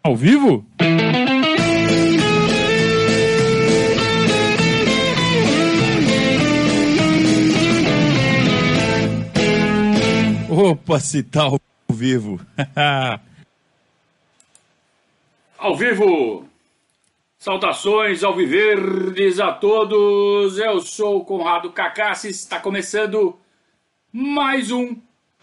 Ao vivo? Opa, se tá ao vivo. Ao vivo! Saudações alviverdes a todos! Eu sou o Conrado Cacassi, está começando mais um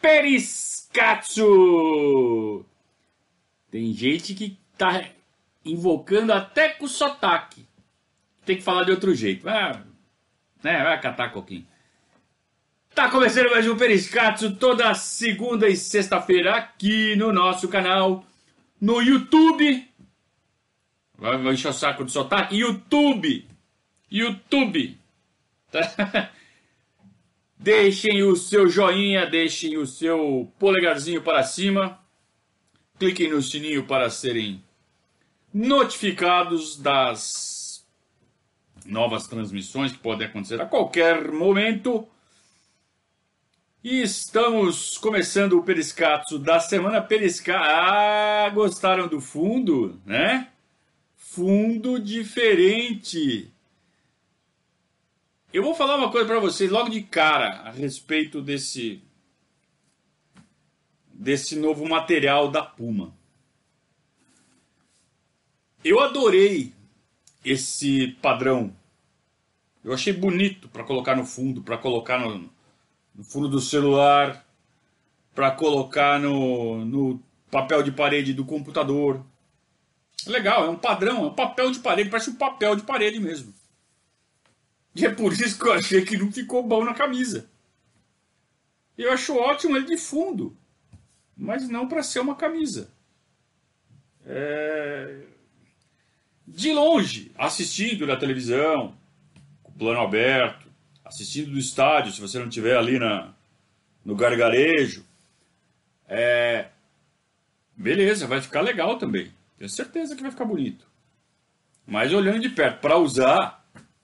Periscatso! Tem gente que tá invocando até com sotaque. Tem que falar de outro jeito. Vai catar coquinho. Tá começando mais um Periscatso toda segunda e sexta-feira aqui no nosso canal, no YouTube. Vai encher o saco de sotaque. YouTube. Tá? Deixem o seu joinha, deixem o seu polegarzinho para cima. Cliquem no sininho para serem notificados das novas transmissões que podem acontecer a qualquer momento. E estamos começando o Periscatso da semana gostaram do fundo, né? Fundo diferente. Eu vou falar uma coisa para vocês logo de cara a respeito desse novo material da Puma. Eu adorei esse padrão. Eu achei bonito para colocar no fundo, para colocar no fundo do celular, para colocar no papel de parede do computador. Legal, é um padrão, é um papel de parede, parece um papel de parede mesmo. E é por isso que eu achei que não ficou bom na camisa. Eu acho ótimo ele de fundo, mas não para ser uma camisa. De longe, assistindo na televisão, com o plano aberto, assistindo do estádio, se você não estiver ali no gargarejo, beleza, vai ficar legal também. Tenho certeza que vai ficar bonito. Mas olhando de perto para usar,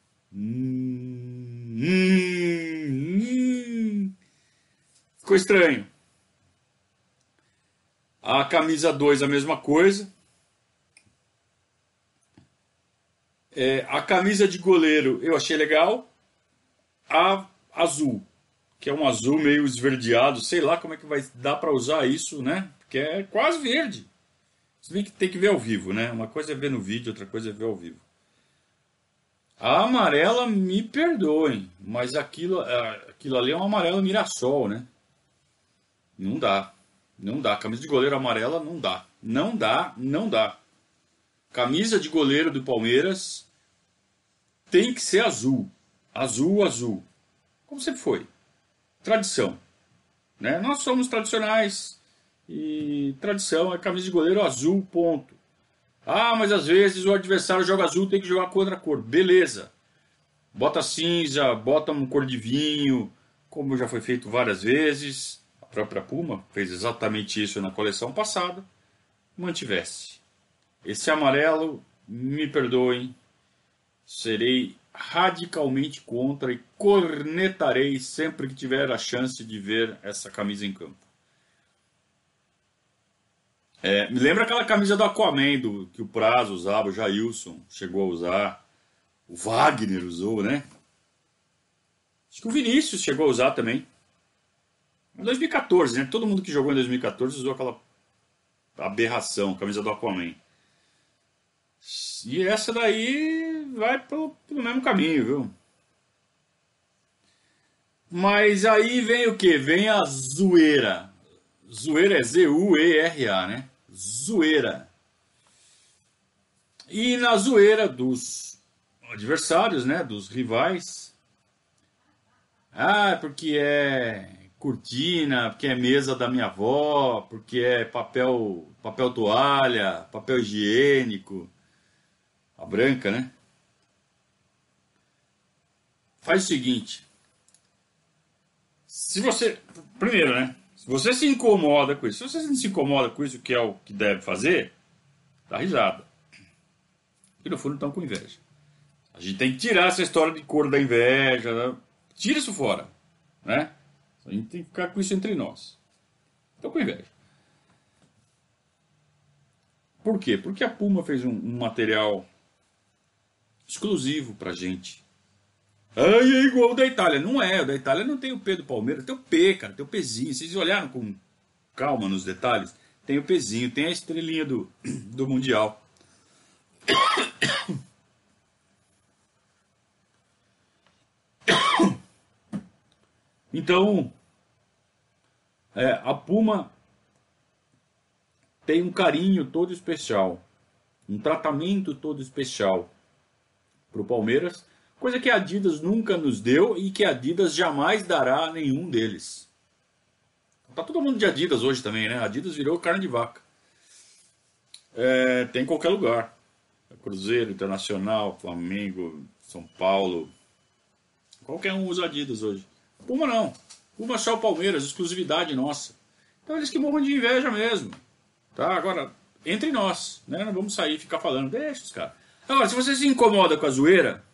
ficou estranho. A camisa 2 a mesma coisa. A camisa de goleiro eu achei legal. A azul, que é um azul meio esverdeado, sei lá como é que vai dar para usar isso, né? Porque é quase verde. Se bem que tem que ver ao vivo, né? Uma coisa é ver no vídeo, outra coisa é ver ao vivo. A amarela, me perdoem, mas aquilo ali é um amarelo Mirassol, né? Não dá. Camisa de goleiro amarela não dá. Não dá. Camisa de goleiro do Palmeiras tem que ser azul. Azul. Como sempre foi. Tradição. Né? Nós somos tradicionais. E tradição é camisa de goleiro azul, ponto. Mas às vezes o adversário joga azul, tem que jogar com outra cor. Beleza. Bota cinza, bota uma cor de vinho, como já foi feito várias vezes. A própria Puma fez exatamente isso na coleção passada. Mantivesse. Esse amarelo, me perdoem, serei radicalmente contra e cornetarei sempre que tiver a chance de ver essa camisa em campo. Me lembra aquela camisa do Aquaman, que o Prazo usava, o Jailson chegou a usar, o Wagner usou, né? Acho que o Vinícius chegou a usar também. Em 2014, né? Todo mundo que jogou em 2014 usou aquela aberração, camisa do Aquaman. E essa daí vai pelo mesmo caminho, viu? Mas aí vem o que? Vem a zoeira. Zoeira é Z-U-E-R-A, né? Zoeira. E na zoeira dos adversários, né? Dos rivais. Porque é cortina, porque é mesa da minha avó, porque é papel toalha, papel higiênico. A branca, né? Faz o seguinte. Primeiro, né? Se você se incomoda com isso, se você não se incomoda com isso, que é o que deve fazer, dá risada. E no fundo estão com inveja. A gente tem que tirar essa história de cor da inveja. Né? Tira isso fora. Né? A gente tem que ficar com isso entre nós. Estão com inveja. Por quê? Porque a Puma fez um material exclusivo pra gente. É igual o da Itália. Não é, o da Itália não tem o P do Palmeiras, tem o P, cara, tem o Pzinho. Vocês olharam com calma nos detalhes? Tem o Pzinho, tem a estrelinha do Mundial. Então, a Puma tem um carinho todo especial, um tratamento todo especial para o Palmeiras, coisa que a Adidas nunca nos deu e que a Adidas jamais dará a nenhum deles. Tá todo mundo de Adidas hoje também, né? A Adidas virou carne de vaca. Tem em qualquer lugar. Cruzeiro, Internacional, Flamengo, São Paulo. Qualquer um usa Adidas hoje. Puma não. Puma só o Palmeiras, exclusividade nossa. Então eles que morram de inveja mesmo. Tá? Agora, entre nós, né? Não vamos sair e ficar falando, deixa os caras. Agora, se você se incomoda com a zoeira,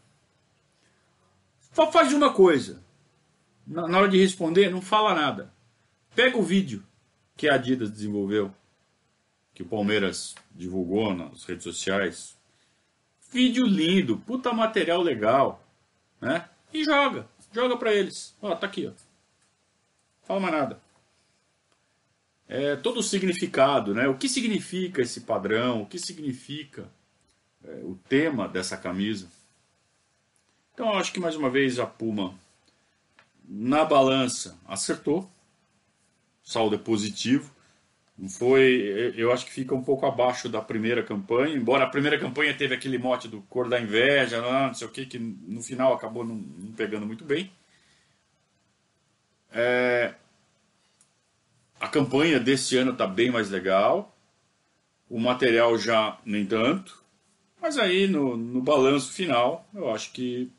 faz uma coisa. Na hora de responder, não fala nada. Pega o vídeo que a Adidas desenvolveu, que o Palmeiras divulgou nas redes sociais. Vídeo lindo, puta material legal, né? E joga pra eles. Ó, tá aqui, ó. Fala mais nada. Todo o significado, né? O que significa esse padrão? O que significa o tema dessa camisa? Então, eu acho que mais uma vez a Puma, na balança, acertou. O saldo é positivo. Não foi, eu acho que fica um pouco abaixo da primeira campanha, embora a primeira campanha teve aquele mote do cor da inveja, não sei o que no final acabou não pegando muito bem. A campanha desse ano está bem mais legal, o material já nem tanto, mas aí no balanço final eu acho que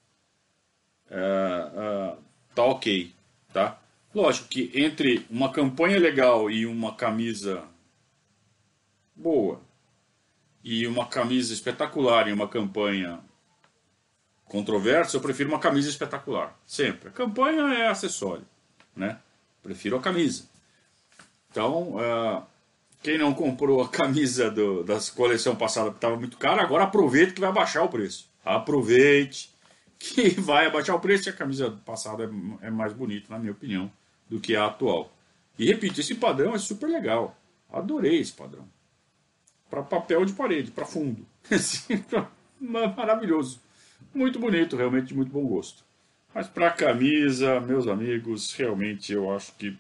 tá ok, tá? Lógico que entre uma campanha legal e uma camisa boa, e uma camisa espetacular e uma campanha controversa, eu prefiro uma camisa espetacular. Sempre. A campanha é acessório, né? Prefiro a camisa. Então, quem não comprou a camisa da coleção passada porque estava muito cara, agora aproveite que vai baixar o preço. Aproveite que vai abaixar o preço e a camisa passada é mais bonita, na minha opinião, do que a atual. E repito, esse padrão é super legal. Adorei esse padrão. Para papel de parede, para fundo. Maravilhoso. Muito bonito, realmente de muito bom gosto. Mas para camisa, meus amigos, realmente eu acho que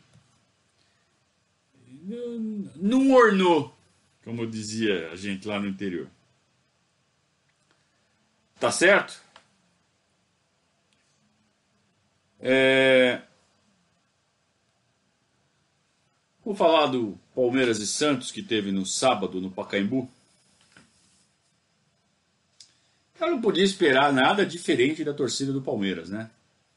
não ornou, como dizia a gente lá no interior. Tá certo? Vou falar do Palmeiras e Santos que teve no sábado no Pacaembu. Eu não podia esperar nada diferente da torcida do Palmeiras, né?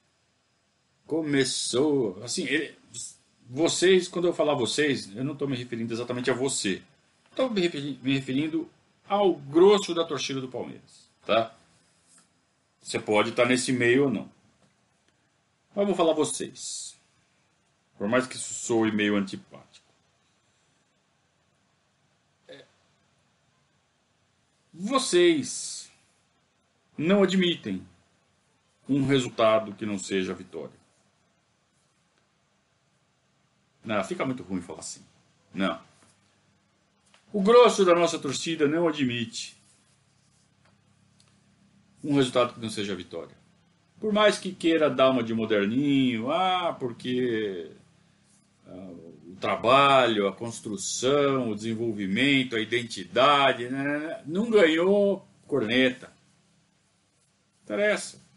Começou, assim, vocês, quando eu falar vocês, eu não estou me referindo exatamente a você. Estou me referindo ao grosso da torcida do Palmeiras, tá? Você pode estar nesse meio ou não. Mas eu vou falar vocês. Por mais que isso soe meio antipático. Vocês não admitem um resultado que não seja a vitória. Não, fica muito ruim falar assim. Não. O grosso da nossa torcida não admite um resultado que não seja a vitória. Por mais que queira dar uma de moderninho, porque o trabalho, a construção, o desenvolvimento, a identidade, né? Não ganhou corneta. Interessa.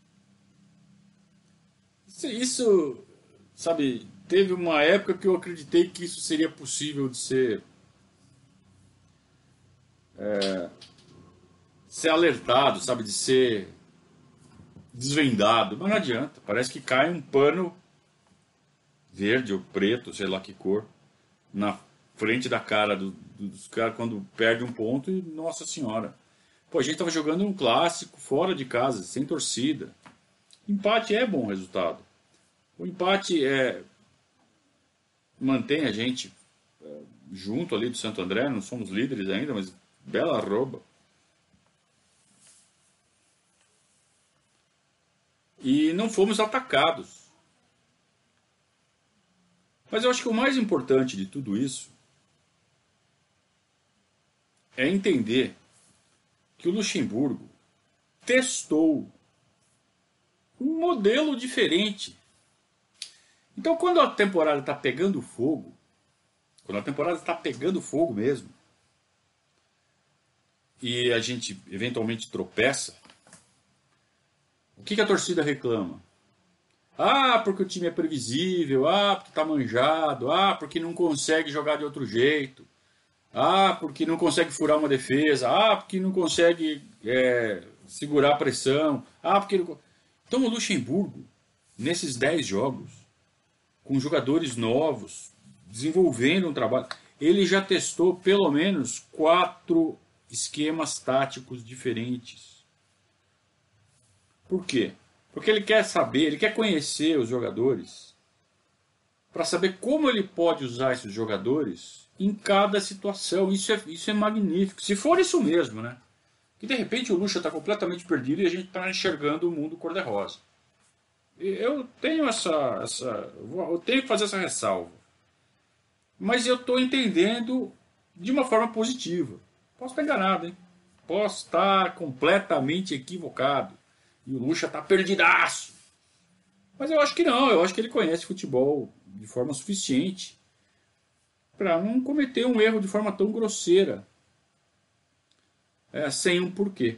Isso, sabe, teve uma época que eu acreditei que isso seria possível de ser alertado, sabe, de ser desvendado, mas não adianta. Parece que cai um pano verde ou preto, sei lá que cor, na frente da cara dos caras quando perde um ponto e, nossa senhora. Pô, a gente tava jogando um clássico fora de casa, sem torcida. Empate é bom resultado. O empate mantém a gente junto ali do Santo André, não somos líderes ainda, mas bela arroba. E não fomos atacados. Mas eu acho que o mais importante de tudo isso é entender que o Luxemburgo testou um modelo diferente. Então, quando a temporada está pegando fogo, quando a temporada está pegando fogo mesmo, e a gente eventualmente tropeça, o que a torcida reclama? Ah, porque o time é previsível, ah, porque está manjado, ah, porque não consegue jogar de outro jeito, ah, porque não consegue furar uma defesa, ah, porque não consegue segurar a pressão, ah, porque não... Então o Luxemburgo, nesses 10 jogos, com jogadores novos, desenvolvendo um trabalho, ele já testou pelo menos 4 esquemas táticos diferentes. Por quê? Porque ele quer saber, ele quer conhecer os jogadores para saber como ele pode usar esses jogadores em cada situação. Isso é magnífico. Se for isso mesmo, né? Que de repente o Lucha está completamente perdido e a gente está enxergando o mundo cor-de-rosa. Eu tenho eu tenho que fazer essa ressalva. Mas eu estou entendendo de uma forma positiva. Posso estar enganado, hein? Posso estar completamente equivocado. E o Lucha está perdidaço. Mas eu acho que não. Eu acho que ele conhece futebol de forma suficiente para não cometer um erro de forma tão grosseira. Sem um porquê.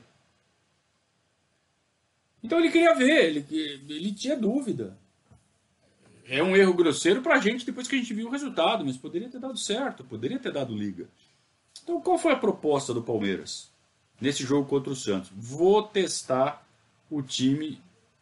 Então ele queria ver. Ele tinha dúvida. É um erro grosseiro para a gente depois que a gente viu o resultado. Mas poderia ter dado certo. Poderia ter dado liga. Então qual foi a proposta do Palmeiras nesse jogo contra o Santos? Vou testar o time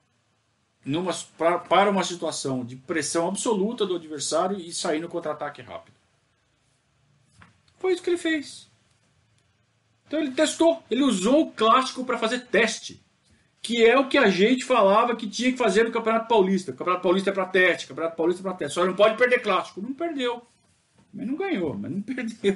para uma situação de pressão absoluta do adversário e sair no contra-ataque rápido. Foi isso que ele fez. Então ele testou, ele usou o clássico para fazer teste, que é o que a gente falava que tinha que fazer no Campeonato Paulista. O Campeonato Paulista é para teste, o Campeonato Paulista é para teste. Só não pode perder clássico. Não perdeu. Mas não ganhou, mas não perdeu.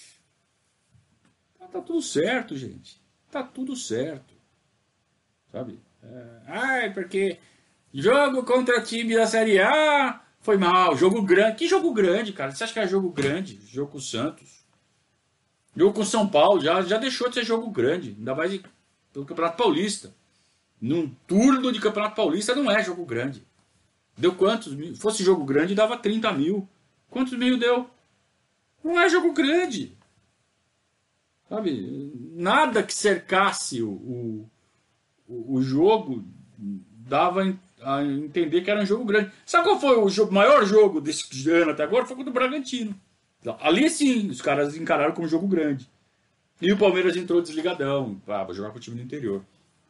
Então tá tudo certo, gente. Tá tudo certo. Sabe? Porque jogo contra time da Série A foi mal. Jogo grande. Que jogo grande, cara? Você acha que é jogo grande? Jogo com o Santos. Jogo com o São Paulo. Já deixou de ser jogo grande. Ainda mais pelo Campeonato Paulista. Num turno de Campeonato Paulista não é jogo grande. Deu quantos mil? Se fosse jogo grande, dava 30 mil. Quantos mil deu? Não é jogo grande. Sabe? Nada que cercasse o jogo dava a entender que era um jogo grande. Sabe qual foi o maior jogo desse ano até agora? Foi contra o Bragantino. Ali sim, os caras encararam como jogo grande. E o Palmeiras entrou desligadão. Vou jogar com o time do interior.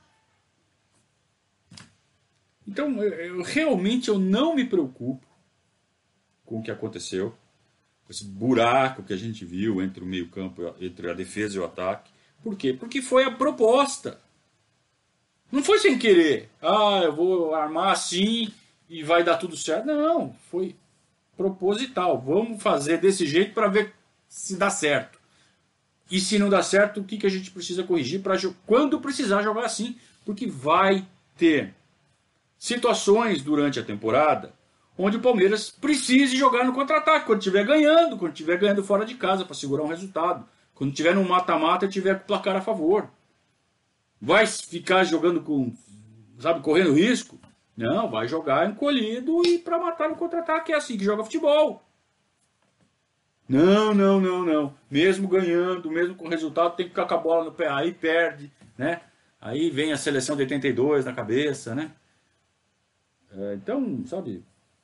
Então, realmente eu não me preocupo com o que aconteceu. Com esse buraco que a gente viu entre o meio-campo, entre a defesa e o ataque. Por quê? Porque foi a proposta. Não foi sem querer. Eu vou armar assim e vai dar tudo certo. Não, foi proposital. Vamos fazer desse jeito para ver se dá certo. E se não dá certo, o que a gente precisa corrigir para quando precisar jogar assim. Porque vai ter situações durante a temporada onde o Palmeiras precise jogar no contra-ataque. Quando estiver ganhando fora de casa para segurar um resultado. Quando estiver no mata-mata e tiver com o placar a favor. Vai ficar jogando correndo risco? Não, vai jogar encolhido e para matar no contra-ataque. É assim que joga futebol. Não. Mesmo ganhando, mesmo com resultado, tem que ficar com a bola no pé. Aí perde, né? Aí vem a seleção de 82 na cabeça, né? Então, sabe...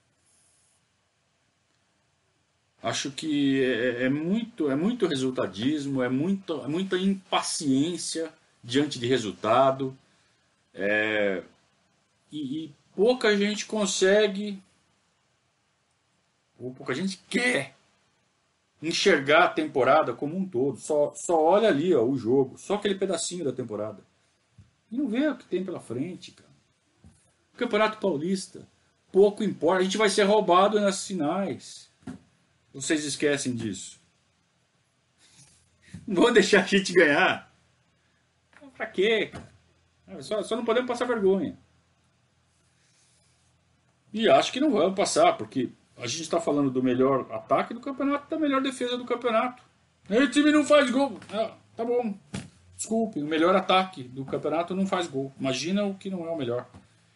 Acho que é muito resultadismo, é muita impaciência diante de resultado, e pouca gente consegue, ou pouca gente quer enxergar a temporada como um todo. Só olha ali, o jogo, só aquele pedacinho da temporada. E não vê o que tem pela frente, cara. O Campeonato Paulista, pouco importa, a gente vai ser roubado nas finais. Vocês esquecem disso. Não vão deixar a gente ganhar. Pra quê, cara? Só não podemos passar vergonha. E acho que não vamos passar, porque a gente está falando do melhor ataque do campeonato, da melhor defesa do campeonato. E o time não faz gol. Ah, tá bom. Desculpe, o melhor ataque do campeonato não faz gol. Imagina o que não é o melhor.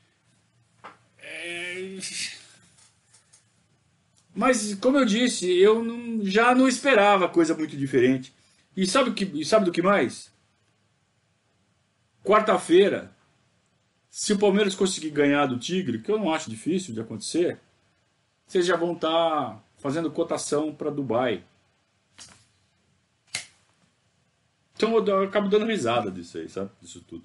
Mas, como eu disse, já não esperava coisa muito diferente. E sabe do que mais? Quarta-feira, se o Palmeiras conseguir ganhar do Tigre, que eu não acho difícil de acontecer, vocês já vão estar fazendo cotação para Dubai. Então eu acabo dando risada disso aí, sabe? Disso tudo.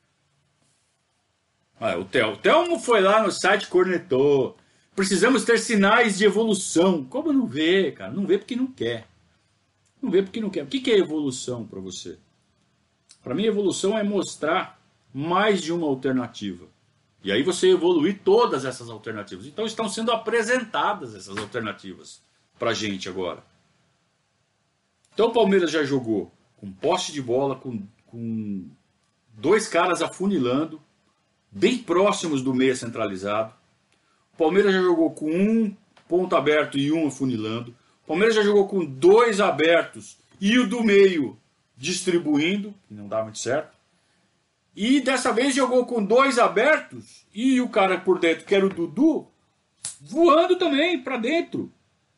O Telmo foi lá no site, cornetou. Precisamos ter sinais de evolução. Como não vê, cara? Não vê porque não quer. Não vê porque não quer. O que é evolução para você? Para mim, evolução é mostrar mais de uma alternativa. E aí você evoluir todas essas alternativas. Então estão sendo apresentadas essas alternativas para a gente agora. Então o Palmeiras já jogou com posse de bola, com dois caras afunilando, bem próximos do meia centralizado. O Palmeiras já jogou com um ponto aberto e um afunilando. O Palmeiras já jogou com dois abertos e o do meio distribuindo, que não dá muito certo. E dessa vez jogou com dois abertos e o cara por dentro, que era o Dudu, voando também para dentro.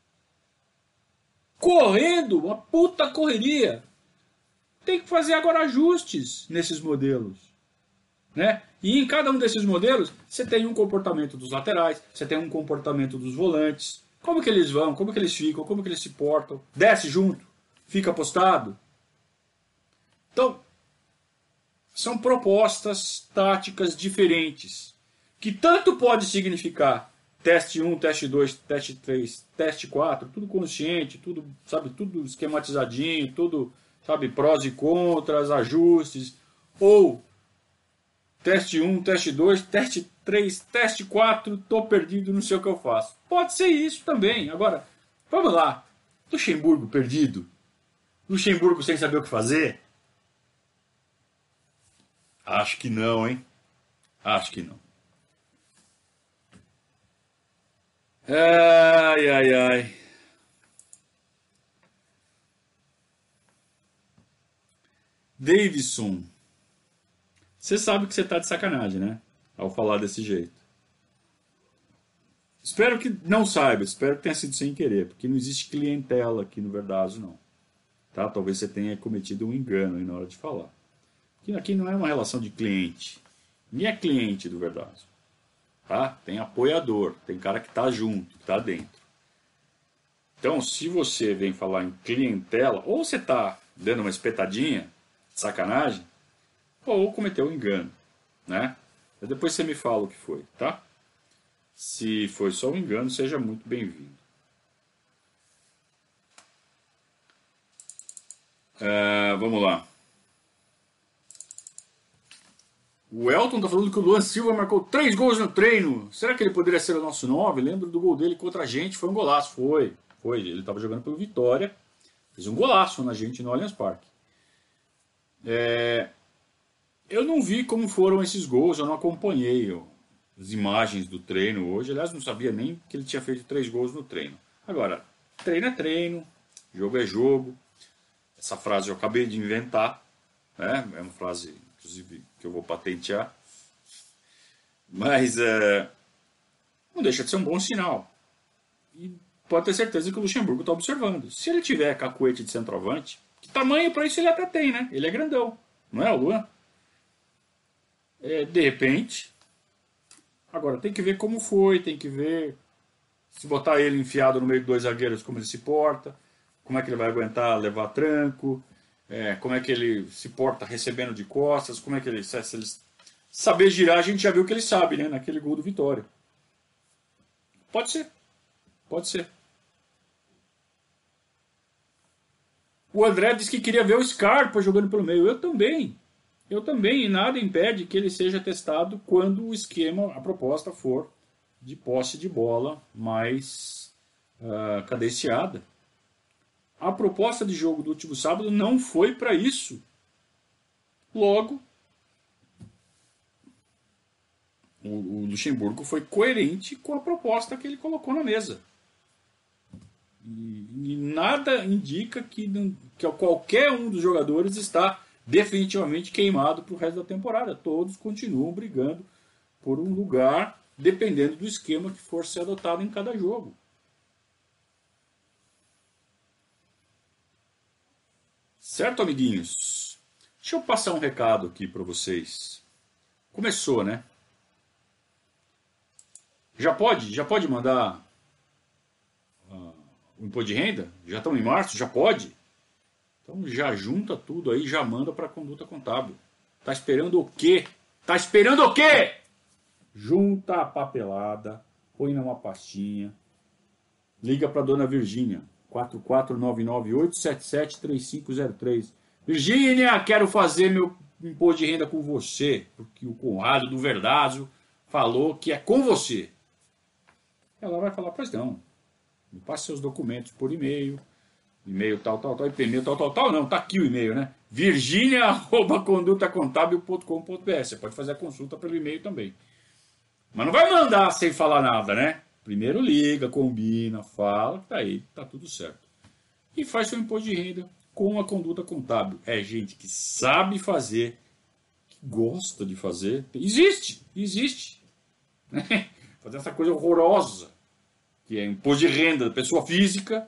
Correndo, uma puta correria. Tem que fazer agora ajustes nesses modelos, né? E em cada um desses modelos, você tem um comportamento dos laterais, você tem um comportamento dos volantes. Como que eles vão, como que eles ficam, como que eles se portam. Desce junto, fica postado. Então, são propostas táticas diferentes, que tanto pode significar teste 1, teste 2, teste 3, teste 4, tudo consciente, tudo, sabe, tudo esquematizadinho, tudo, sabe, prós e contras, ajustes, ou teste 1, teste 2, teste 3, teste 4, tô perdido, não sei o que eu faço. Pode ser isso também. Agora, vamos lá. Luxemburgo perdido? Luxemburgo sem saber o que fazer? Acho que não, hein? Acho que não. Ai, ai, ai. Davidson. Você sabe que você tá de sacanagem, né? Ao falar desse jeito. Espero que não saiba, espero que tenha sido sem querer, porque não existe clientela aqui no Verdazo, não. Tá? Talvez você tenha cometido um engano aí na hora de falar. Porque aqui não é uma relação de cliente. Ninguém é cliente do Verdazo. Tá? Tem apoiador, tem cara que está junto, que está dentro. Então, se você vem falar em clientela, ou você está dando uma espetadinha, sacanagem, ou cometeu um engano, né? Mas depois você me fala o que foi, tá? Se foi só um engano, seja muito bem-vindo. Vamos lá. O Elton tá falando que o Luan Silva marcou 3 gols no treino. Será que ele poderia ser o nosso 9? Lembro do gol dele contra a gente, foi um golaço. Foi. Ele estava jogando pelo Vitória. Fez um golaço na gente no Allianz Parque. Eu não vi como foram esses gols, eu não acompanhei as imagens do treino hoje. Aliás, não sabia nem que ele tinha feito 3 gols no treino. Agora, treino é treino, jogo é jogo. Essa frase eu acabei de inventar. Né? É uma frase, inclusive, que eu vou patentear. Mas não deixa de ser um bom sinal. E pode ter certeza que o Luxemburgo está observando. Se ele tiver cacuete de centroavante, que tamanho para isso ele até tem, né? Ele é grandão, não é o Luan? De repente. Agora, tem que ver como foi, tem que ver se botar ele enfiado no meio de 2 zagueiros, como ele se porta, como é que ele vai aguentar levar tranco, como é que ele se porta recebendo de costas, como é que ele... Se ele saber girar, a gente já viu que ele sabe, né? Naquele gol do Vitória. Pode ser. Pode ser. O André disse que queria ver o Scarpa jogando pelo meio. Eu também. E nada impede que ele seja testado quando o esquema, a proposta for de posse de bola mais cadenciada. A proposta de jogo do último sábado não foi para isso. Logo, o Luxemburgo foi coerente com a proposta que ele colocou na mesa. E nada indica que qualquer um dos jogadores está definitivamente queimado para o resto da temporada. Todos continuam brigando por um lugar, dependendo do esquema que for ser adotado em cada jogo. Certo, amiguinhos? Deixa eu passar um recado aqui para vocês. Começou, né? Já pode mandar o imposto de renda? Já estamos em março? Já pode? Então já junta tudo aí, já manda para a conduta contábil. Tá esperando o quê? Tá esperando o quê? Junta a papelada, põe numa pastinha, liga para dona Virgínia, 44998773503. Virgínia, quero fazer meu imposto de renda com você, porque o Conrado do Verdazo falou que é com você. Ela vai falar, pois não, me passe seus documentos por e-mail, e-mail tal, e-mail tal, não, tá aqui o e-mail, né? virginia@condutacontabil.com.br. Você pode fazer a consulta pelo e-mail também. Mas não vai mandar sem falar nada, né? Primeiro liga, combina, fala, que tá aí, tá tudo certo. E faz seu imposto de renda com a conduta contábil. É gente que sabe fazer, que gosta de fazer. Existe. Né? Fazer essa coisa horrorosa, que é imposto de renda da pessoa física.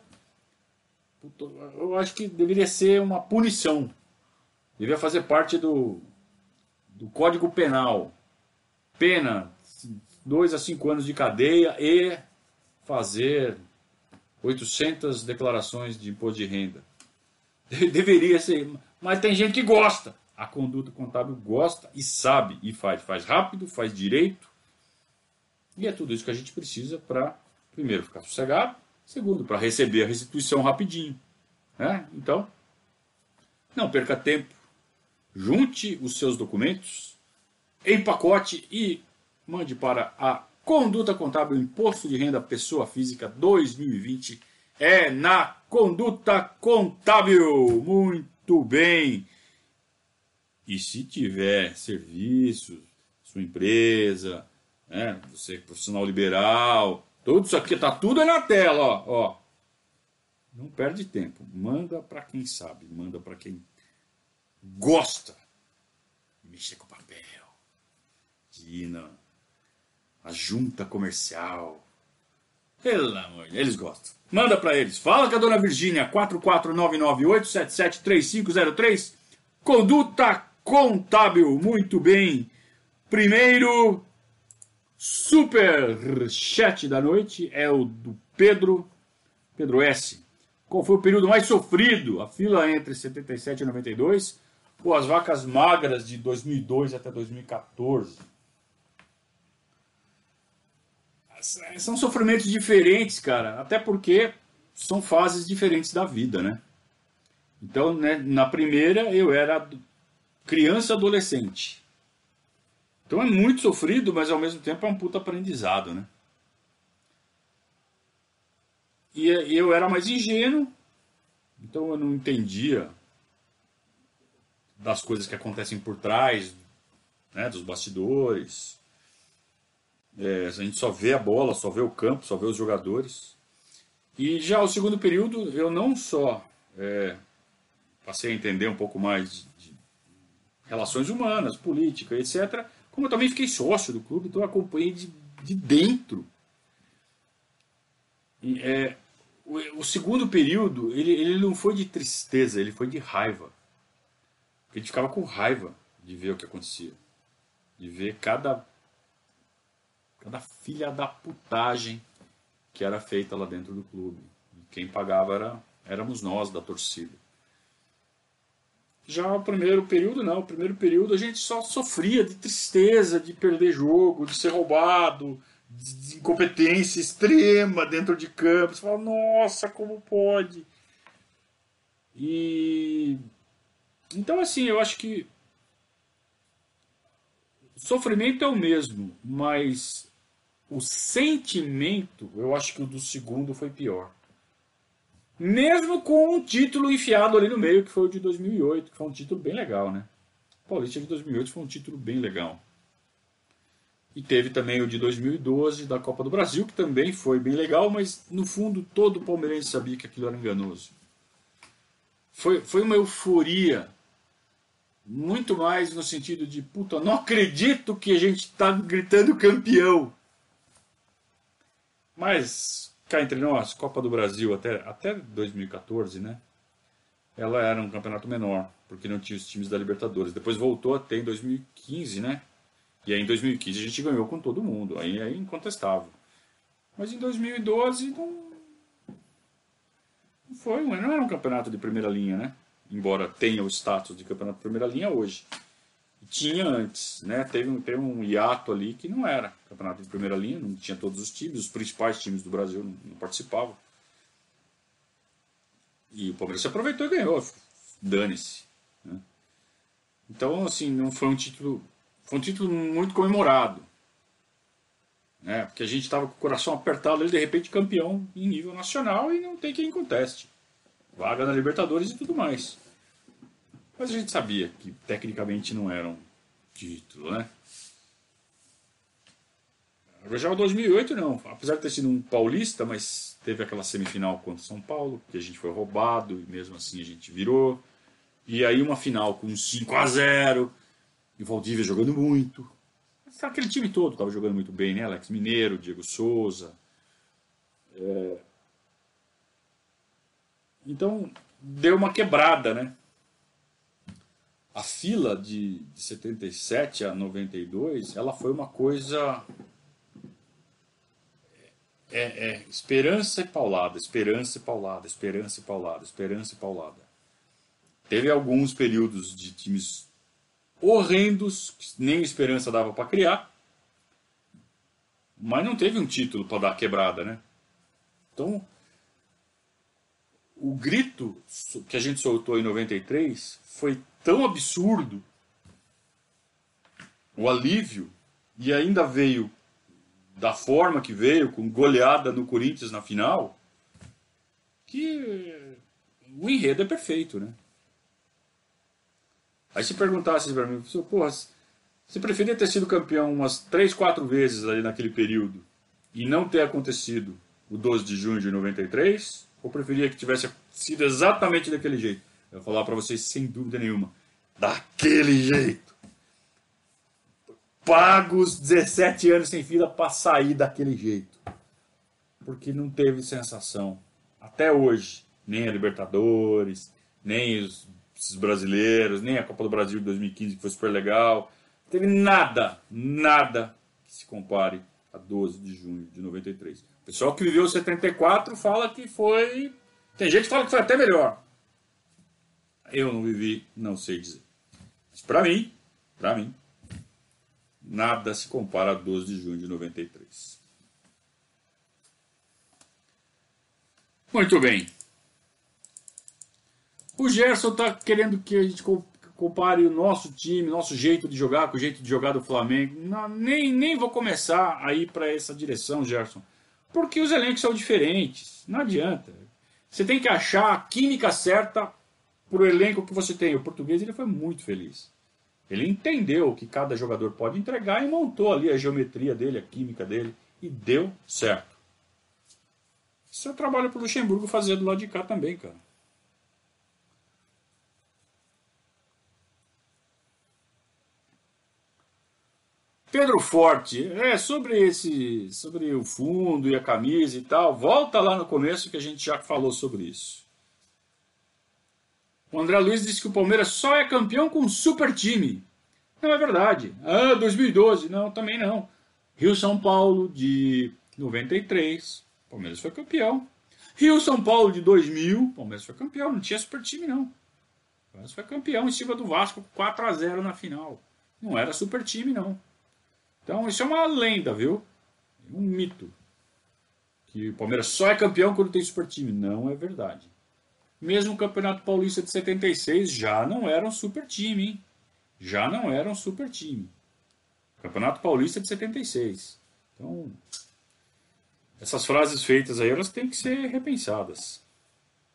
Eu acho que deveria ser uma punição. Deveria fazer parte do Código Penal. Pena 2 a 5 anos de cadeia e fazer 800 declarações de imposto de renda. Deveria ser, mas tem gente que gosta. A conduta contábil gosta e sabe e faz. Faz rápido, faz direito. E é tudo isso que a gente precisa para, primeiro, ficar sossegado. Segundo, para receber a restituição rapidinho. Né? Então, não perca tempo. Junte os seus documentos em pacote e mande para a Conduta Contábil Imposto de Renda Pessoa Física 2020. É na Conduta Contábil. Muito bem. E se tiver serviços, sua empresa, né, você é profissional liberal, tudo isso aqui, tá tudo aí na tela, ó. Não perde tempo. Manda para quem sabe, manda para quem gosta de mexer com papel, de ir na junta comercial. Pelo amor de Deus, eles gostam. Manda para eles. Fala com a dona Virgínia, 44998773503. Conduta Contábil. Muito bem. Primeiro super chat da noite é o do Pedro S. Qual foi o período mais sofrido? A fila entre 77 e 92 ou as vacas magras de 2002 até 2014? São sofrimentos diferentes, cara. Até porque são fases diferentes da vida, né? Então, né, na primeira eu era criança adolescente. Então é muito sofrido, mas ao mesmo tempo é um puta aprendizado, né? E eu era mais ingênuo, então eu não entendia das coisas que acontecem por trás, né, dos bastidores. A gente só vê a bola, só vê o campo, só vê os jogadores. E já o segundo período eu não só passei a entender um pouco mais de relações humanas, política, etc., como eu também fiquei sócio do clube, então eu acompanhei de dentro. E, o segundo período, ele não foi de tristeza, ele foi de raiva. Porque a gente ficava com raiva de ver o que acontecia. De ver cada filha da putagem que era feita lá dentro do clube. E quem pagava éramos nós, da torcida. Já o primeiro período, não. O primeiro período a gente só sofria de tristeza, de perder jogo, de ser roubado, de incompetência extrema dentro de campo. Você fala, nossa, como pode? E então, assim, eu acho que o sofrimento é o mesmo, mas o sentimento, eu acho que o do segundo foi pior. Mesmo com um título enfiado ali no meio, que foi o de 2008, que foi um título bem legal, né? O Paulista de 2008 foi um título bem legal. E teve também o de 2012 da Copa do Brasil, que também foi bem legal, mas no fundo todo palmeirense sabia que aquilo era enganoso. Foi uma euforia, muito mais no sentido de, puta, não acredito que a gente está gritando campeão. Mas, cá entre nós, Copa do Brasil até 2014, né? Ela era um campeonato menor, porque não tinha os times da Libertadores. Depois voltou a ter em 2015, né? E aí em 2015 a gente ganhou com todo mundo, aí é incontestável. Mas em 2012 não foi, não era um campeonato de primeira linha, né? Embora tenha o status de campeonato de primeira linha hoje. Tinha antes, né? Teve um hiato ali que não era campeonato de primeira linha, não tinha todos os times, os principais times do Brasil não participavam. E o Palmeiras se aproveitou e ganhou, dane-se. Né? Então, assim, não foi um título. Foi um título muito comemorado. Né? Porque a gente estava com o coração apertado, ele de repente campeão em nível nacional e não tem quem conteste. Vaga na Libertadores e tudo mais. Mas a gente sabia que tecnicamente não era um título, né? Já o 2008 não, apesar de ter sido um paulista, mas teve aquela semifinal contra o São Paulo, que a gente foi roubado e mesmo assim a gente virou. E aí uma final com 5-0, e o Valdívia jogando muito. Aquele time todo estava jogando muito bem, né? Alex Mineiro, Diego Souza. Então deu uma quebrada, né? A fila de 77 a 92, ela foi uma coisa esperança e paulada, esperança e paulada, esperança e paulada, esperança e paulada. Teve alguns períodos de times horrendos, que nem esperança dava para criar, mas não teve um título para dar quebrada, né? Então, o grito que a gente soltou em 93 foi tão absurdo, o alívio, e ainda veio da forma que veio, com goleada no Corinthians na final, que o enredo é perfeito, né? Aí se perguntasse pra mim, porra, você preferia ter sido campeão umas 3, 4 vezes ali naquele período e não ter acontecido o 12 de junho de 93? Ou preferia que tivesse sido exatamente daquele jeito? Eu vou falar pra vocês sem dúvida nenhuma, daquele jeito. Pagos 17 anos sem fila para sair daquele jeito. Porque não teve sensação. Até hoje. Nem a Libertadores, nem os brasileiros, nem a Copa do Brasil de 2015, que foi super legal. Não teve nada que se compare a 12 de junho de 93. O pessoal que viveu 74 fala que foi... Tem gente que fala que foi até melhor. Eu não vivi, não sei dizer. Mas para mim, nada se compara a 12 de junho de 93. Muito bem. O Gerson está querendo que a gente compare o nosso time, nosso jeito de jogar com o jeito de jogar do Flamengo. Não, nem vou começar a ir para essa direção, Gerson. Porque os elencos são diferentes. Não adianta. Você tem que achar a química certa para o elenco que você tem. O português ele foi muito feliz. Ele entendeu o que cada jogador pode entregar e montou ali a geometria dele, a química dele, e deu certo. Isso é o trabalho para o Luxemburgo fazer do lado de cá também, cara. Pedro Forte, sobre o fundo e a camisa e tal, volta lá no começo que a gente já falou sobre isso. O André Luiz disse que o Palmeiras só é campeão com um super time. Não é verdade. 2012, não, também não. Rio-São Paulo de 93, Palmeiras foi campeão. Rio-São Paulo de 2000, Palmeiras foi campeão, não tinha super time não. Palmeiras foi campeão em cima do Vasco, 4-0 na final. Não era super time não. Então isso é uma lenda, viu? Um mito. Que o Palmeiras só é campeão quando tem super time. Não é verdade. Mesmo o Campeonato Paulista de 76 já não era um super time, hein? Já não era um super time. Campeonato Paulista de 76. Então, essas frases feitas aí, elas têm que ser repensadas.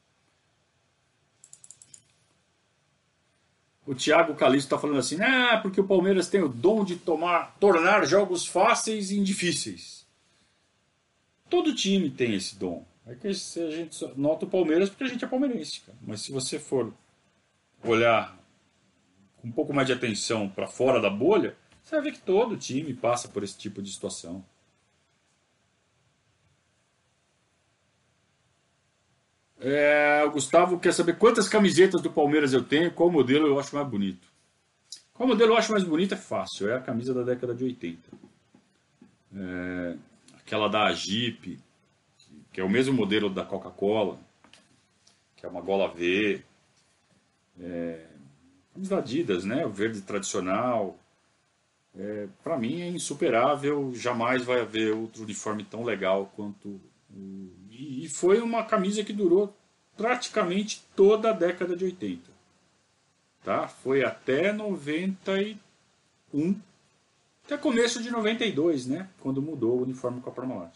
O Thiago Calisto está falando assim, porque o Palmeiras tem o dom de tornar jogos fáceis e difíceis. Todo time tem esse dom. É que a gente só nota o Palmeiras porque a gente é palmeirense, cara. Mas se você for olhar com um pouco mais de atenção para fora da bolha, você vai ver que todo time passa por esse tipo de situação. O Gustavo quer saber quantas camisetas do Palmeiras eu tenho, qual modelo eu acho mais bonito. Qual modelo eu acho mais bonito é fácil, é a camisa da década de 80. Aquela da Agip, que é o mesmo modelo da Coca-Cola, que é uma gola V. Camisa da Adidas, né? O verde tradicional. Para mim é insuperável, jamais vai haver outro uniforme tão legal quanto e foi uma camisa que durou praticamente toda a década de 80. Tá? Foi até 91, até começo de 92, né? Quando mudou o uniforme com a Parmalat.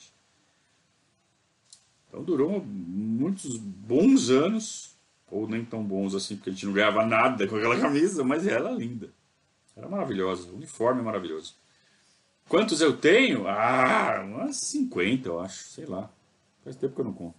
Então durou muitos bons anos, ou nem tão bons assim, porque a gente não ganhava nada com aquela camisa, mas era linda. Era maravilhosa, o uniforme é maravilhoso. Quantos eu tenho? Umas 50, eu acho, sei lá. Faz tempo que eu não conto.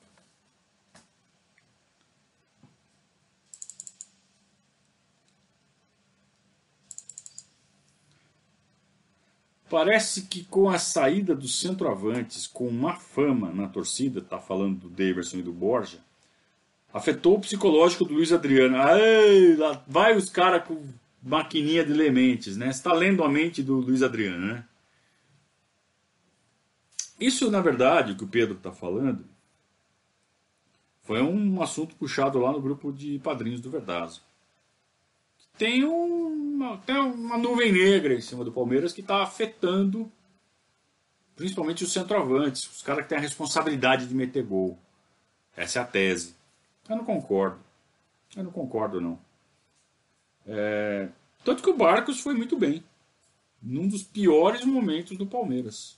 Parece que com a saída dos centroavantes, com má fama na torcida, tá falando do Daverson e do Borja, afetou o psicológico do Luiz Adriano. Lá vai os caras com maquininha de lementes, né? Você está lendo a mente do Luiz Adriano, né? Isso, na verdade, o que o Pedro está falando, foi um assunto puxado lá no grupo de padrinhos do Verdazo. Tem uma nuvem negra em cima do Palmeiras que está afetando principalmente os centroavantes, os caras que têm a responsabilidade de meter gol. Essa é a tese. Eu não concordo. Não. Tanto que o Barcos foi muito bem. Num dos piores momentos do Palmeiras.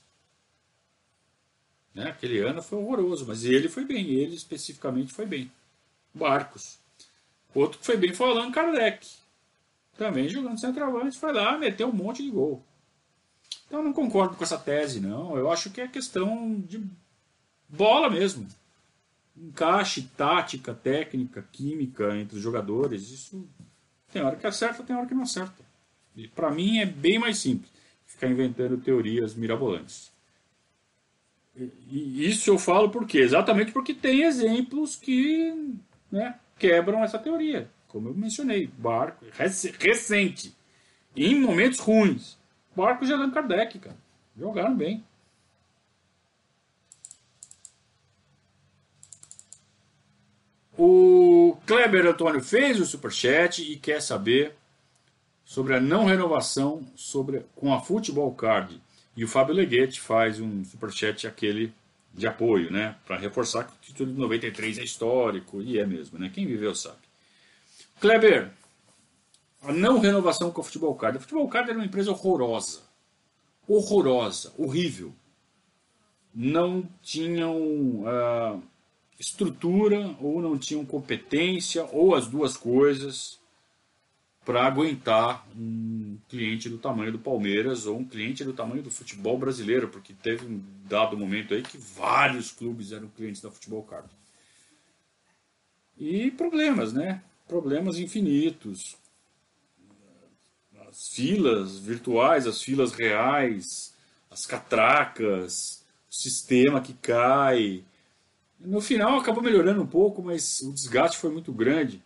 Né? Aquele ano foi horroroso, mas ele foi bem. Ele especificamente foi bem. Barcos. Outro que foi bem foi o Allan Kardec. Também jogando centroavante, foi lá, meteu um monte de gol. Então eu não concordo com essa tese, não. Eu acho que é questão de bola mesmo. Encaixe, tática, técnica, química entre os jogadores. Isso tem hora que acerta, tem hora que não acerta. E para mim é bem mais simples ficar inventando teorias mirabolantes. E isso eu falo por quê? Exatamente porque tem exemplos que, né, quebram essa teoria. Como eu mencionei, Barco, recente, em momentos ruins. Barcos e Allan Kardec, cara, jogaram bem. O Kleber Antônio fez o superchat e quer saber sobre a não renovação com a Futebol Card. E o Fábio Leguete faz um superchat aquele de apoio, né? Para reforçar que o título de 93 é histórico, e é mesmo, né? Quem viveu sabe. Kleber, a não renovação com a Futebol Card. A Futebol Card era uma empresa horrorosa. Horrorosa, horrível. Não tinham estrutura, ou não tinham competência, ou as duas coisas, para aguentar um cliente do tamanho do Palmeiras ou um cliente do tamanho do futebol brasileiro, porque teve um dado momento aí que vários clubes eram clientes da Futebol Card. E problemas, né? Problemas infinitos. As filas virtuais, as filas reais, as catracas, o sistema que cai. No final acabou melhorando um pouco, mas o desgaste foi muito grande.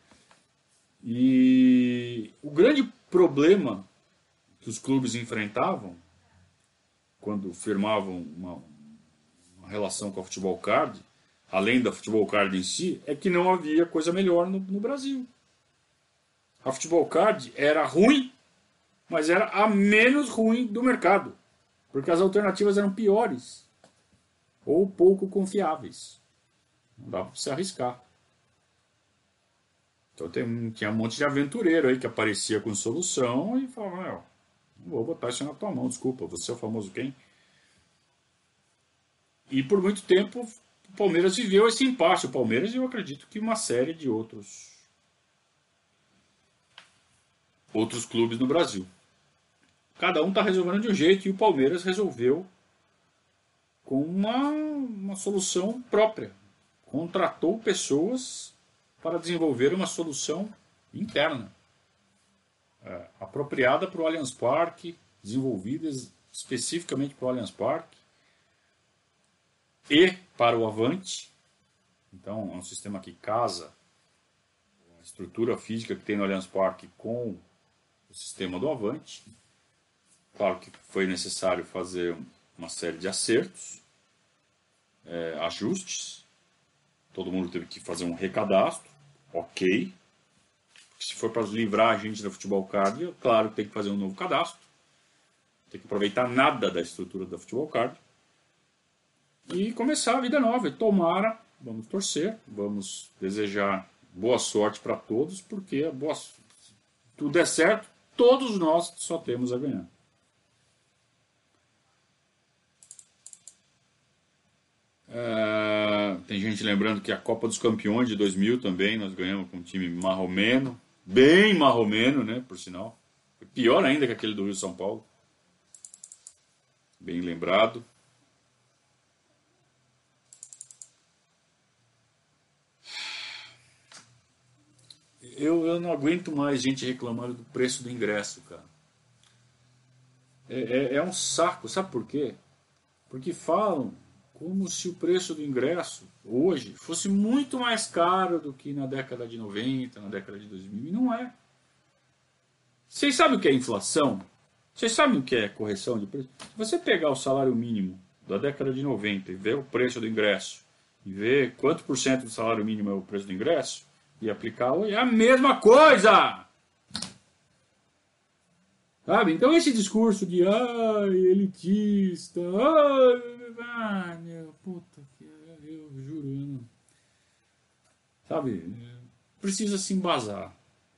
E o grande problema que os clubes enfrentavam quando firmavam uma relação com a Futebol Card, além da Futebol Card em si, é que não havia coisa melhor no Brasil. A Futebol Card era ruim, mas era a menos ruim do mercado, porque as alternativas eram piores ou pouco confiáveis. Não dava para se arriscar. Então tinha um monte de aventureiro aí que aparecia com solução e falava, não vou botar isso na tua mão, desculpa, você é o famoso quem? E por muito tempo o Palmeiras viveu esse impasse. O Palmeiras, eu acredito que uma série de outros outros clubes no Brasil. Cada um está resolvendo de um jeito e o Palmeiras resolveu com uma solução própria. Contratou pessoas para desenvolver uma solução interna, apropriada para o Allianz Parque, desenvolvida especificamente para o Allianz Parque e para o Avante. Então, é um sistema que casa a estrutura física que tem no Allianz Parque com o sistema do Avante. Claro que foi necessário fazer uma série de acertos, ajustes. Todo mundo teve que fazer um recadastro, ok. Se for para livrar a gente da Futebol Card, claro que tem que fazer um novo cadastro. Tem que aproveitar nada da estrutura da Futebol Card. E começar a vida nova. E tomara, vamos torcer, vamos desejar boa sorte para todos, porque se tudo der certo, todos nós só temos a ganhar. Tem gente lembrando que a Copa dos Campeões de 2000 também nós ganhamos com um time marromeno, bem marromeno, né, por sinal. Foi pior ainda que aquele do Rio São Paulo. Bem lembrado. Eu não aguento mais gente reclamando do preço do ingresso, cara. É um saco, sabe por quê? Porque falam como se o preço do ingresso hoje fosse muito mais caro do que na década de 90, na década de 2000, e não é. Vocês sabem o que é inflação? Vocês sabem o que é correção de preço? Se você pegar o salário mínimo da década de 90 e ver o preço do ingresso, e ver quanto por cento do salário mínimo é o preço do ingresso, e aplicar hoje, é a mesma coisa! Sabe? Então esse discurso de elitista, meu, puta que eu juro, eu não, sabe? Precisa se embasar.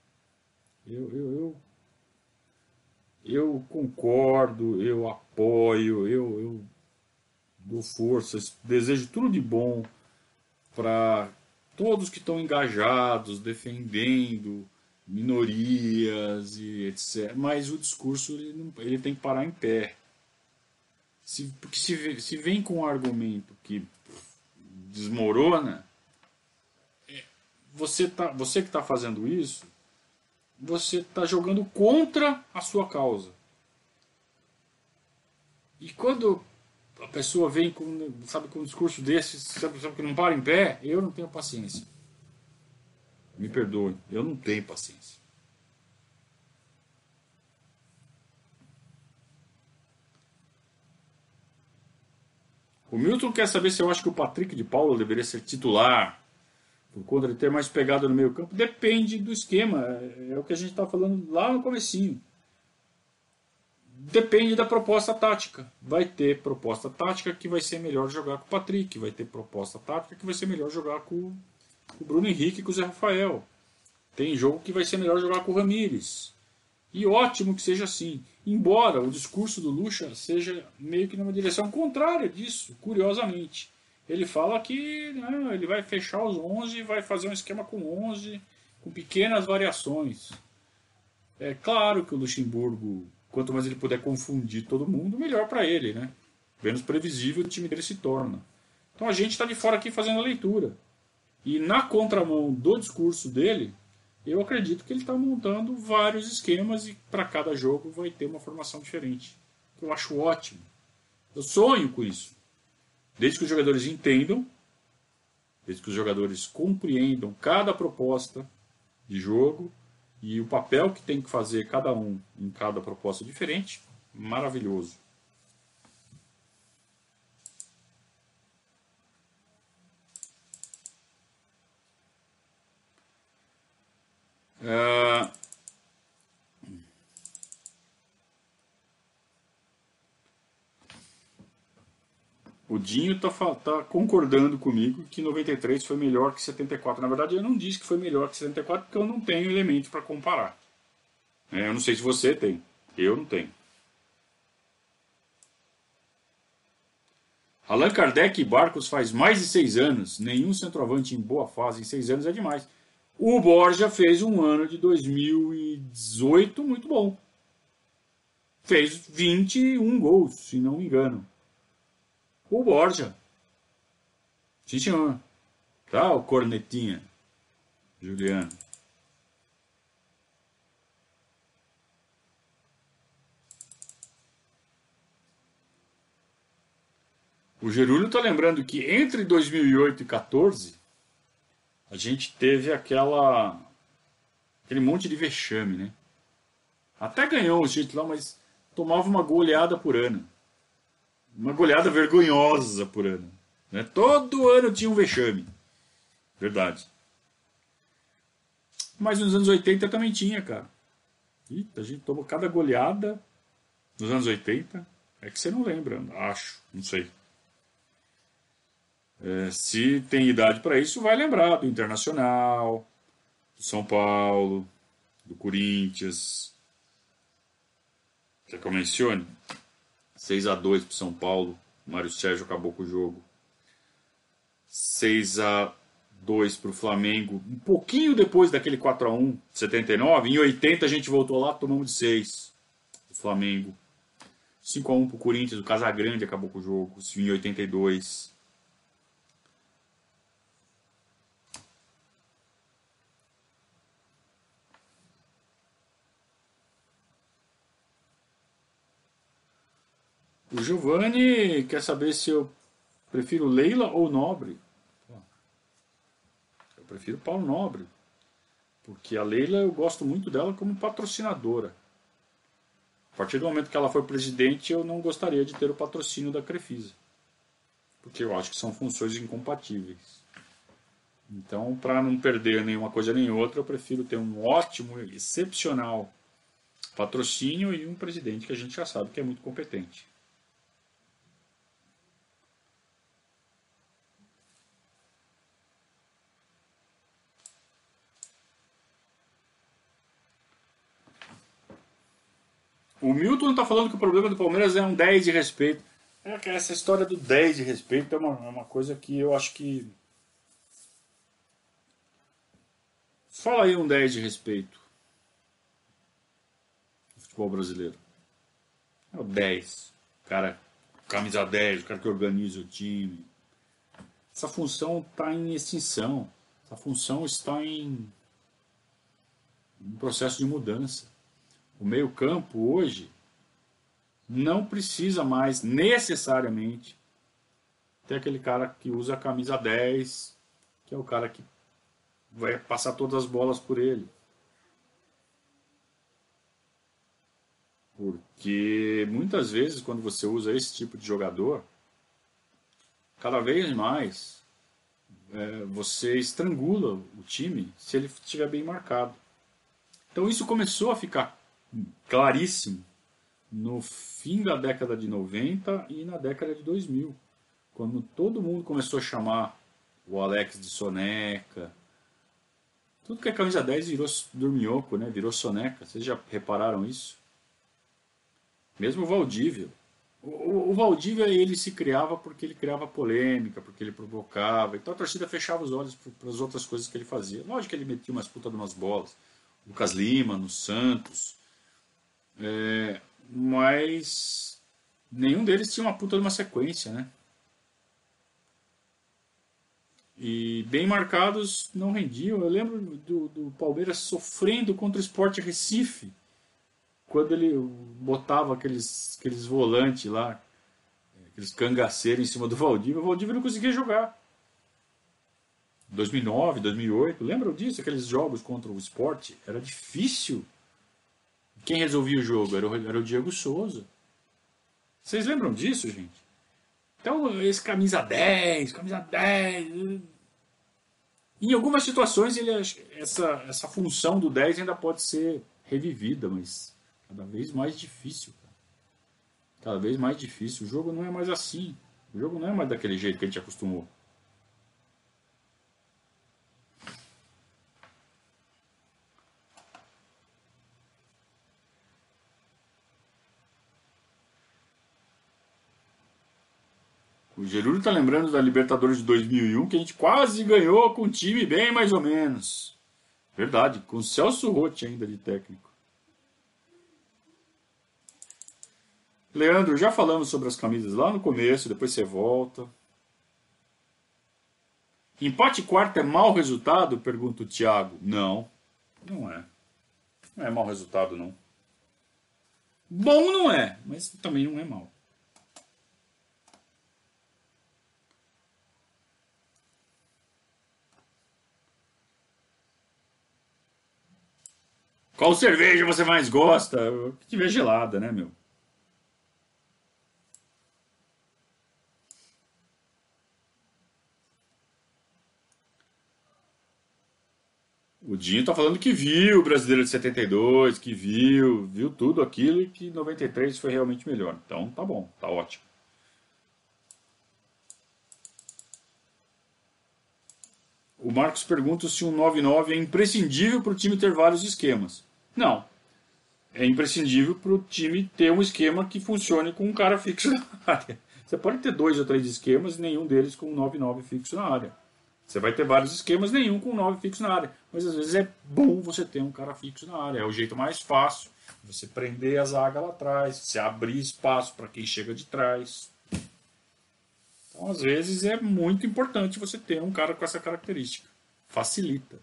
Eu concordo, eu apoio, eu dou forças, desejo tudo de bom para todos que estão engajados, defendendo minorias e etc. Mas o discurso ele tem que parar em pé. Porque se vem com um argumento que desmorona, você que está fazendo isso, você está jogando contra a sua causa. E quando a pessoa vem com um discurso desse, sabe que não para em pé, eu não tenho paciência. Me perdoe, eu não tenho paciência. O Milton quer saber se eu acho que o Patrick de Paula deveria ser titular, por conta de ter mais pegada no meio campo. Depende do esquema, é o que a gente está falando lá no comecinho. Depende da proposta tática. Vai ter proposta tática que vai ser melhor jogar com o Patrick, vai ter proposta tática que vai ser melhor jogar com o Bruno Henrique e com o Zé Rafael. Tem jogo que vai ser melhor jogar com o Ramires. E ótimo que seja assim. Embora o discurso do Lucha seja meio que numa direção contrária disso, curiosamente. Ele fala que ele vai fechar os 11 e vai fazer um esquema com 11, com pequenas variações. É claro que o Luxemburgo, quanto mais ele puder confundir todo mundo, melhor para ele, né? Menos previsível o time dele se torna. Então a gente está de fora aqui fazendo a leitura. E na contramão do discurso dele, eu acredito que ele está montando vários esquemas e para cada jogo vai ter uma formação diferente. Eu acho ótimo. Eu sonho com isso. Desde que os jogadores entendam, desde que os jogadores compreendam cada proposta de jogo e o papel que tem que fazer cada um em cada proposta diferente, maravilhoso. O Dinho tá concordando comigo que 93 foi melhor que 74. Na verdade, eu não disse que foi melhor que 74 porque eu não tenho elementos para comparar. Eu não sei se você tem. Eu não tenho. Allan Kardec e Barcos faz mais de 6 anos. Nenhum centroavante em boa fase em 6 anos é demais. O Borja fez um ano de 2018 muito bom. Fez 21 gols, se não me engano. O Borja. Sim, senhor. Tá, o cornetinha. Juliano. O Gerúlio tá lembrando que entre 2008 e 2014 a gente teve aquele monte de vexame, né? Até ganhou os títulos lá, mas tomava uma goleada por ano. Uma goleada vergonhosa por ano. Né? Todo ano tinha um vexame. Verdade. Mas nos anos 80 também tinha, cara. Eita, a gente tomou cada goleada nos anos 80. É que você não lembra, acho, não sei. Se tem idade para isso, vai lembrar do Internacional, do São Paulo, do Corinthians. Quer que eu mencione? 6-2 para São Paulo. O Mário Sérgio acabou com o jogo. 6-2 para o Flamengo. Um pouquinho depois daquele 4-1 de 79. Em 80 a gente voltou lá, tomamos de 6. O Flamengo. 5-1 para o Corinthians. O Casagrande acabou com o jogo. Em 82. O Giovanni quer saber se eu prefiro Leila ou Nobre. Eu prefiro Paulo Nobre. Porque a Leila eu gosto muito dela como patrocinadora. A partir do momento que ela for presidente, eu não gostaria de ter o patrocínio da Crefisa. Porque eu acho que são funções incompatíveis. Então, para não perder nenhuma coisa nem outra, eu prefiro ter um ótimo, excepcional patrocínio e um presidente que a gente já sabe que é muito competente. O Milton está falando que o problema do Palmeiras é um 10 de respeito. Essa história do 10 de respeito é uma coisa que eu acho que... Fala aí um 10 de respeito no futebol brasileiro. É o 10. O cara, camisa 10, o cara que organiza o time. Essa função está em extinção. Essa função está em um processo de mudança. O meio-campo hoje não precisa mais necessariamente ter aquele cara que usa a camisa 10, que é o cara que vai passar todas as bolas por ele. Porque muitas vezes quando você usa esse tipo de jogador, cada vez mais você estrangula o time se ele estiver bem marcado. Então isso começou a ficar claríssimo no fim da década de 90 e na década de 2000, quando todo mundo começou a chamar o Alex de soneca. Tudo que é camisa 10 virou dorminhoco, né? Virou soneca. Vocês já repararam isso? Mesmo o Valdívia. O Valdívia ele se criava porque ele criava polêmica, porque ele provocava. Então a torcida fechava os olhos para as outras coisas que ele fazia. Lógico que ele metia umas putas de umas bolas. Lucas Lima, no Santos. Mas nenhum deles tinha uma puta de uma sequência, né? E bem marcados não rendiam. Eu lembro do Palmeiras sofrendo contra o Sport Recife, quando ele botava aqueles volantes lá, aqueles cangaceiros em cima do Valdívia. O Valdívia não conseguia jogar. 2009, 2008, lembram disso? Aqueles jogos contra o Sport? Era difícil. Quem resolvia o jogo? Era o Diego Souza. Vocês lembram disso, gente? Então, esse camisa 10, camisa 10. Em algumas situações, essa função do 10 ainda pode ser revivida, mas cada vez mais difícil. Cara. Cada vez mais difícil. O jogo não é mais assim. O jogo não é mais daquele jeito que a gente acostumou. O Gerúlio está lembrando da Libertadores de 2001, que a gente quase ganhou com um time bem mais ou menos. Verdade, com o Celso Roth ainda de técnico. Leandro, já falamos sobre as camisas lá no começo, depois você volta. Empate quarto é mau resultado? Pergunta o Thiago. Não, não é. Não é mau resultado, não. Bom não é, mas também não é mau. Qual cerveja você mais gosta? Que tiver gelada, né, meu? O Dinho tá falando que viu o Brasileiro de 72, que viu tudo aquilo e que 93 foi realmente melhor. Então tá bom, tá ótimo. O Marcos pergunta se um 9-9 é imprescindível para o time ter vários esquemas. Não, é imprescindível para o time ter um esquema que funcione com um cara fixo na área. Você pode ter 2 ou 3 esquemas, nenhum deles com um 9-9 fixo na área. Você vai ter vários esquemas, nenhum com 9 fixo na área. Mas às vezes é bom você ter um cara fixo na área. É o jeito mais fácil de você prender a zaga lá atrás, você abrir espaço para quem chega de trás. Então, às vezes, é muito importante você ter um cara com essa característica. Facilita.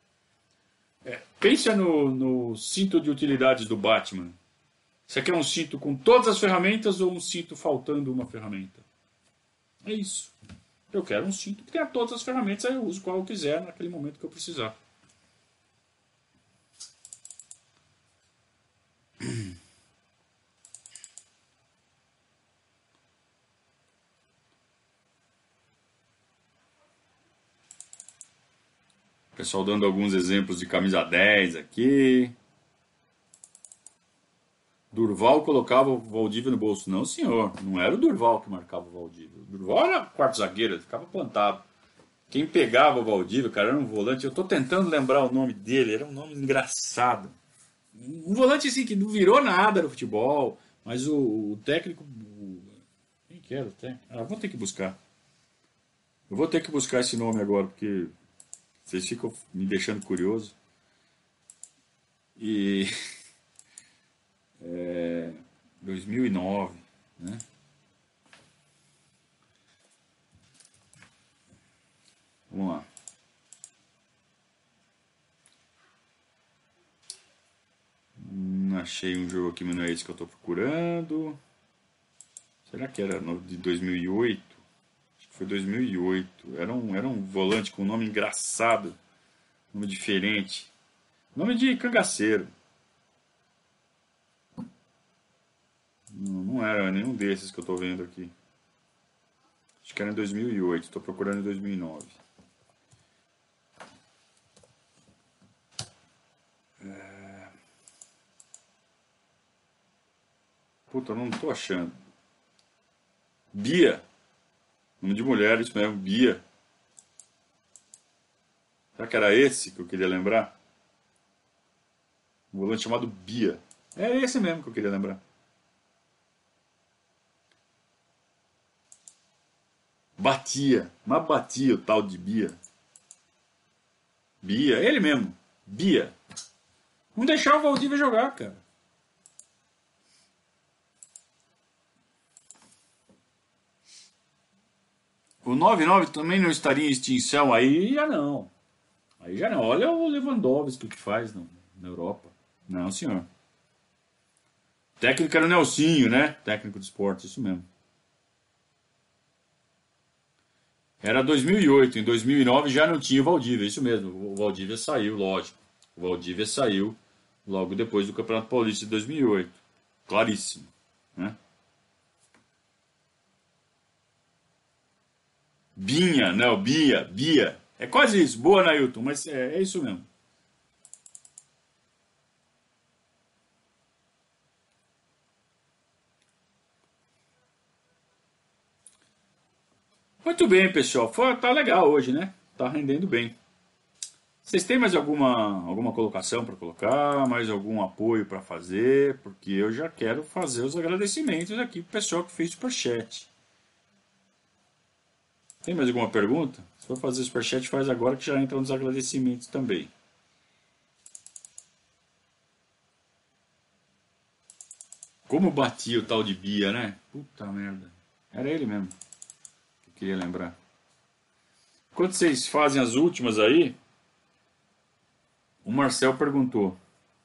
Pensa no cinto de utilidades do Batman. Você quer um cinto com todas as ferramentas ou um cinto faltando uma ferramenta? É isso. Eu quero um cinto que tenha todas as ferramentas, aí eu uso qual eu quiser naquele momento que eu precisar. O pessoal dando alguns exemplos de camisa 10 aqui. Durval colocava o Valdívia no bolso. Não, senhor. Não era o Durval que marcava o Valdívia. O Durval era quarto zagueiro, ele ficava plantado. Quem pegava o Valdívia, cara, era um volante. Eu tô tentando lembrar o nome dele, era um nome engraçado. Um volante assim que não virou nada no futebol, mas o técnico. Quem que era o técnico? Ah, vou ter que buscar. Eu vou ter que buscar esse nome agora, porque vocês ficam me deixando curioso. E 2009, né? Vamos lá. Achei um jogo aqui, mas não é esse que eu estou procurando. Será que era de 2008? Acho que foi 2008. Era um volante com um nome engraçado, nome diferente. Nome de cangaceiro. Não era nenhum desses que eu estou vendo aqui. Acho que era em 2008. Estou procurando em 2009. Puta, eu não estou achando. Bia. Nome de mulher, isso mesmo, Bia. Será que era esse que eu queria lembrar? Um volante chamado Bia. É esse mesmo que eu queria lembrar. Batia, mas batia o tal de Bia. Bia, ele mesmo. Bia. Não deixava o Valdívia jogar, cara. O 9-9 também não estaria em extinção, aí já não. Aí já não. Olha o Lewandowski o que faz na Europa. Não, senhor. Técnico era o Nelsinho, né? Técnico de esporte, isso mesmo. Era 2008, em 2009 já não tinha o Valdívia, isso mesmo. O Valdívia saiu, lógico. O Valdívia saiu logo depois do Campeonato Paulista de 2008. Claríssimo, né? Binha, não, Bia. É quase isso. Boa, Nailton, mas é isso mesmo. Muito bem, pessoal. Tá legal hoje, né? Tá rendendo bem. Vocês têm mais alguma colocação para colocar? Mais algum apoio para fazer? Porque eu já quero fazer os agradecimentos aqui pro pessoal que fez superchat. Tem mais alguma pergunta? Se for fazer superchat, faz agora que já entra nos agradecimentos também. Como batia o tal de Bia, né? Puta merda. Era ele mesmo que eu queria lembrar. Quando vocês fazem as últimas aí, o Marcel perguntou: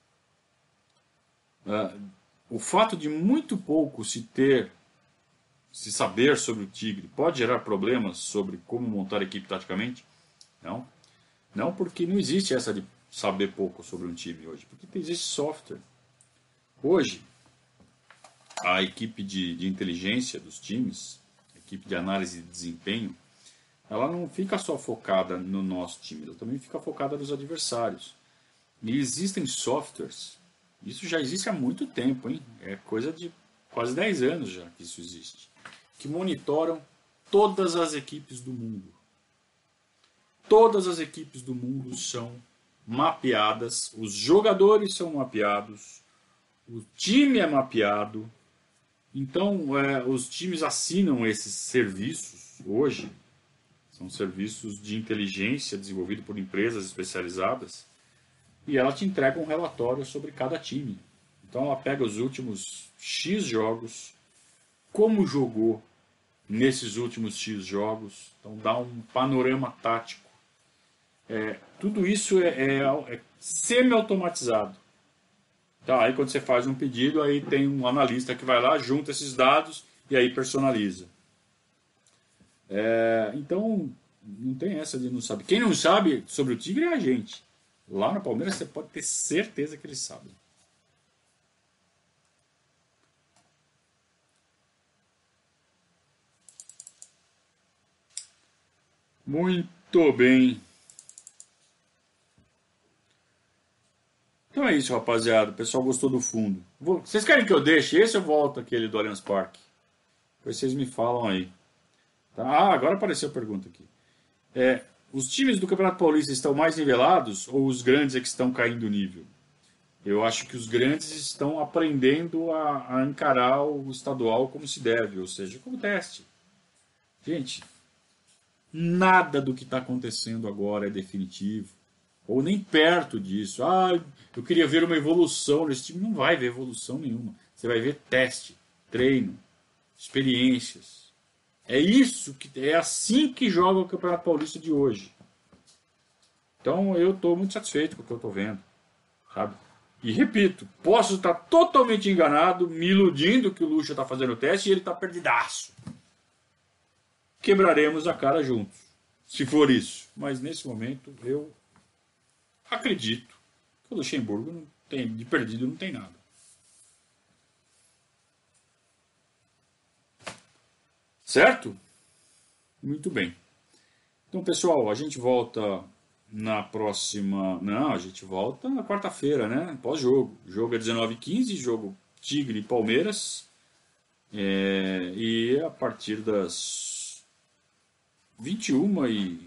o fato de muito pouco se saber sobre o Tigre pode gerar problemas sobre como montar a equipe taticamente? Não. Não, porque não existe essa de saber pouco sobre um time hoje, porque existe software. Hoje, a equipe de inteligência dos times, a equipe de análise de desempenho, ela não fica só focada no nosso time, ela também fica focada nos adversários. E existem softwares, isso já existe há muito tempo, hein? É coisa de quase 10 anos já que isso existe, que monitoram todas as equipes do mundo. Todas as equipes do mundo são mapeadas, os jogadores são mapeados, o time é mapeado. Então, os times assinam esses serviços hoje, são serviços de inteligência desenvolvidos por empresas especializadas, e ela te entrega um relatório sobre cada time. Então, ela pega os últimos X jogos, como jogou nesses últimos X jogos, então dá um panorama tático. Tudo isso é semi-automatizado. Tá, aí quando você faz um pedido, aí tem um analista que vai lá, junta esses dados e aí personaliza. Então, não tem essa de não saber. Quem não sabe sobre o Tigre é a gente. Lá no Palmeiras você pode ter certeza que eles sabem. Muito bem. Então é isso, rapaziada. O pessoal gostou do fundo. Vocês querem que eu deixe esse ou volto aquele do Allianz Parque? Depois vocês me falam aí. Tá? Agora apareceu a pergunta aqui. Os times do Campeonato Paulista estão mais nivelados ou os grandes é que estão caindo o nível? Eu acho que os grandes estão aprendendo a encarar o estadual como se deve, ou seja, como teste. Gente, nada do que está acontecendo agora é definitivo, ou nem perto disso. Eu queria ver uma evolução nesse time. Não vai ver evolução nenhuma. Você vai ver teste, treino, experiências. É assim que joga o Campeonato Paulista de hoje. Então eu estou muito satisfeito com o que eu estou vendo, sabe? E repito, posso estar totalmente enganado, me iludindo que o Lucha está fazendo o teste e ele está perdidaço. Quebraremos a cara juntos, se for isso. Mas nesse momento eu acredito que o Luxemburgo não tem, de perdido não tem nada. Certo? Muito bem. Então, pessoal, a gente volta na próxima... Não, a gente volta na quarta-feira, né? Pós-jogo. O jogo é 19h15, jogo Tigre e Palmeiras. E a partir das 21h30,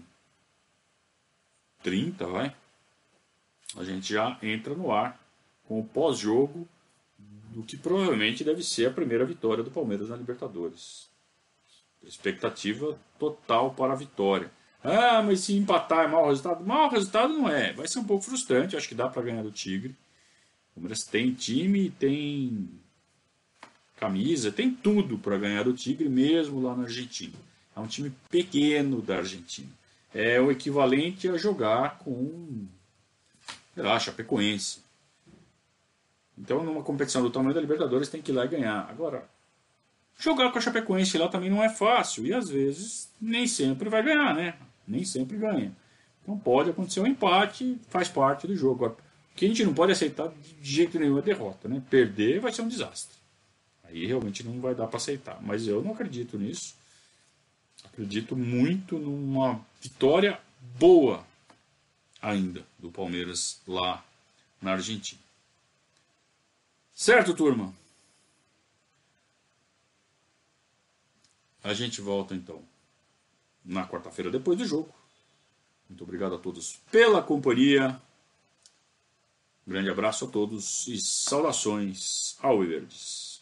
vai, a gente já entra no ar com o pós-jogo do que provavelmente deve ser a primeira vitória do Palmeiras na Libertadores. Expectativa total para a vitória. Mas se empatar é mau resultado? Mau resultado não é. Vai ser um pouco frustrante. Acho que dá para ganhar do Tigre. O Palmeiras tem time, tem camisa, tem tudo para ganhar do Tigre, mesmo lá na Argentina. É um time pequeno da Argentina. É o equivalente a jogar com, sei lá, Chapecoense. Então, numa competição do tamanho da Libertadores, tem que ir lá e ganhar. Agora, jogar com a Chapecoense lá também não é fácil. E às vezes nem sempre vai ganhar, né? Nem sempre ganha. Então pode acontecer um empate, faz parte do jogo. Agora, o que a gente não pode aceitar de jeito nenhum é derrota, né? Perder vai ser um desastre. Aí realmente não vai dar para aceitar. Mas eu não acredito nisso. Acredito muito numa vitória boa ainda do Palmeiras lá na Argentina. Certo, turma? A gente volta então na quarta-feira depois do jogo. Muito obrigado a todos pela companhia. Um grande abraço a todos e saudações ao Alviverdes.